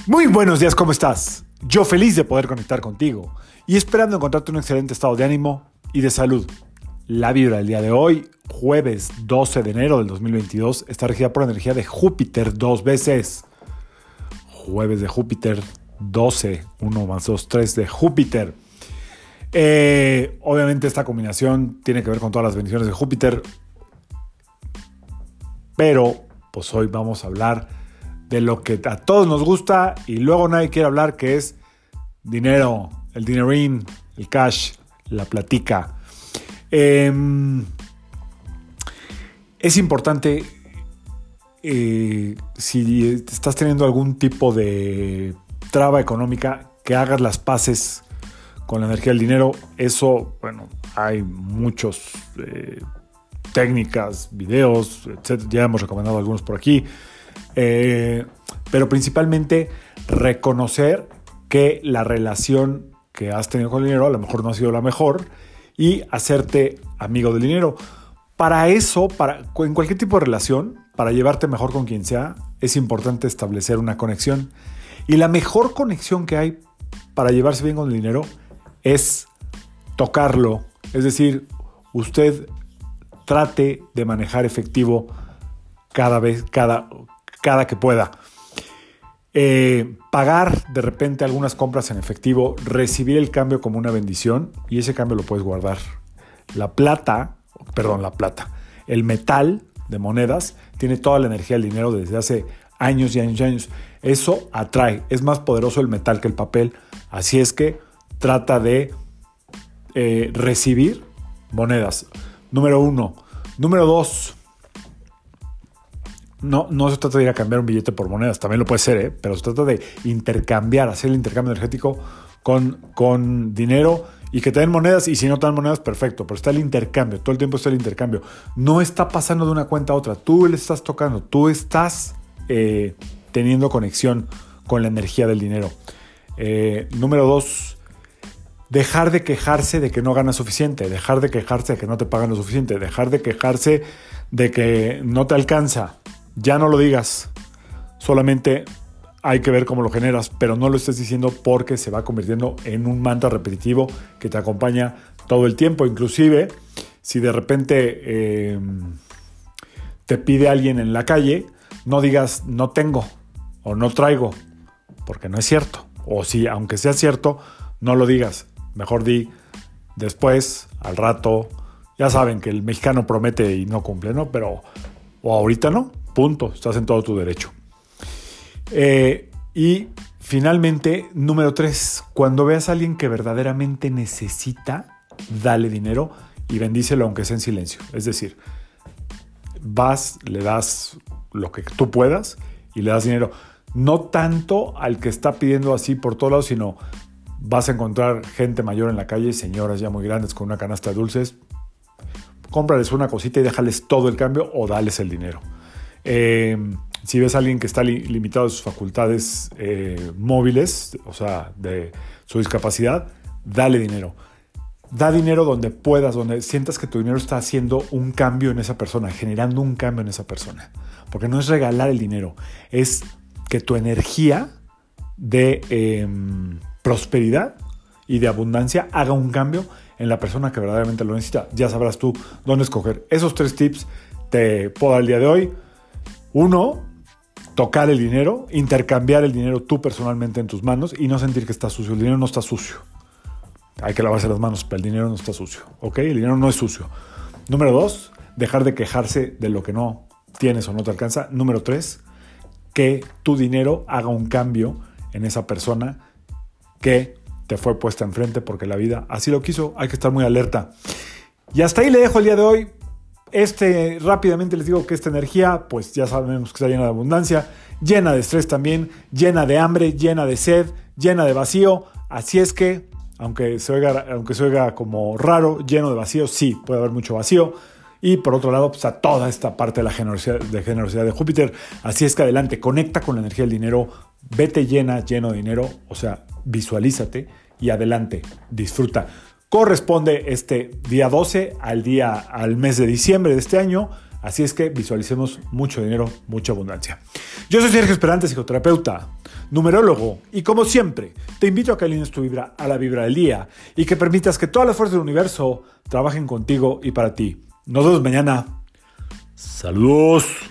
Muy buenos días, ¿cómo estás? Yo feliz de poder conectar contigo y esperando encontrarte un excelente estado de ánimo y de salud. La vibra del día de hoy, jueves 12 de enero del 2022, está regida por la energía de Júpiter dos veces. Jueves de Júpiter, 12, 1 más 2, 3 de Júpiter. Obviamente esta combinación tiene que ver con todas las bendiciones de Júpiter, pero pues hoy vamos a hablar de lo que a todos nos gusta y luego nadie quiere hablar, que es dinero, el dinerín, el cash, la platica. Es importante, si estás teniendo algún tipo de traba económica, que hagas las paces con la energía del dinero. Eso, bueno, hay muchos técnicas, videos, etc. Ya hemos recomendado algunos por aquí. Pero principalmente reconocer que la relación que has tenido con el dinero a lo mejor no ha sido la mejor y hacerte amigo del dinero. Para eso, en cualquier tipo de relación, para llevarte mejor con quien sea, es importante establecer una conexión. Y la mejor conexión que hay para llevarse bien con el dinero es tocarlo. Es decir, usted trate de manejar efectivo cada que pueda. Pagar de repente algunas compras en efectivo, recibir el cambio como una bendición y ese cambio lo puedes guardar. El metal de monedas tiene toda la energía del dinero desde hace años y años y años. Eso atrae, es más poderoso el metal que el papel. Así es que trata de recibir monedas. Número 1. Número 2. No se trata de ir a cambiar un billete por monedas, también lo puede ser, pero se trata de intercambiar, hacer el intercambio energético con dinero y que te den monedas, y si no te dan monedas, perfecto, pero está el intercambio, todo el tiempo está el intercambio. No está pasando de una cuenta a otra, tú le estás tocando, tú estás teniendo conexión con la energía del dinero. Número 2, dejar de quejarse de que no ganas suficiente, dejar de quejarse de que no te pagan lo suficiente, dejar de quejarse de que no te alcanza. Ya no lo digas, solamente hay que ver cómo lo generas, pero no lo estés diciendo porque se va convirtiendo en un mantra repetitivo que te acompaña todo el tiempo. Inclusive, si de repente te pide alguien en la calle, no digas no tengo o no traigo, porque no es cierto. O si, aunque sea cierto, no lo digas. Mejor di después, al rato. Ya saben que el mexicano promete y no cumple, ¿no? Pero o ahorita no. Punto, estás en todo tu derecho. Y finalmente, número 3, cuando veas a alguien que verdaderamente necesita, dale dinero y bendícelo aunque sea en silencio. Es decir, vas, le das lo que tú puedas y le das dinero. No tanto al que está pidiendo así por todos lados, sino vas a encontrar gente mayor en la calle, señoras ya muy grandes con una canasta de dulces. Cómprales una cosita y déjales todo el cambio o dales el dinero. Si ves a alguien que está limitado de sus facultades móviles, o sea, de su discapacidad, dale dinero. Da dinero donde puedas, donde sientas que tu dinero está haciendo un cambio en esa persona, generando un cambio en esa persona. Porque no es regalar el dinero, es que tu energía de prosperidad y de abundancia haga un cambio en la persona que verdaderamente lo necesita. Ya sabrás tú dónde escoger. Esos 3 tips te puedo dar el día de hoy. 1, tocar el dinero, intercambiar el dinero tú personalmente en tus manos y no sentir que está sucio. El dinero no está sucio. Hay que lavarse las manos, pero el dinero no está sucio. ¿Ok? El dinero no es sucio. Número 2, dejar de quejarse de lo que no tienes o no te alcanza. Número 3, que tu dinero haga un cambio en esa persona que te fue puesta enfrente porque la vida así lo quiso. Hay que estar muy alerta. Y hasta ahí le dejo el día de hoy. Rápidamente les digo que esta energía, pues ya sabemos que está llena de abundancia, llena de estrés también, llena de hambre, llena de sed, llena de vacío. Así es que, aunque se oiga como raro, lleno de vacío, sí, puede haber mucho vacío. Y por otro lado, pues a toda esta parte de la generosidad de Júpiter. Así es que adelante, conecta con la energía del dinero, vete lleno de dinero, o sea, visualízate y adelante, disfruta. Corresponde este día 12 al mes de diciembre de este año. Así es que visualicemos mucho dinero, mucha abundancia. Yo soy Sergio Esperante, psicoterapeuta, numerólogo, y como siempre, te invito a que alines tu vibra a la vibra del día y que permitas que todas las fuerzas del universo trabajen contigo y para ti. Nos vemos mañana. Saludos.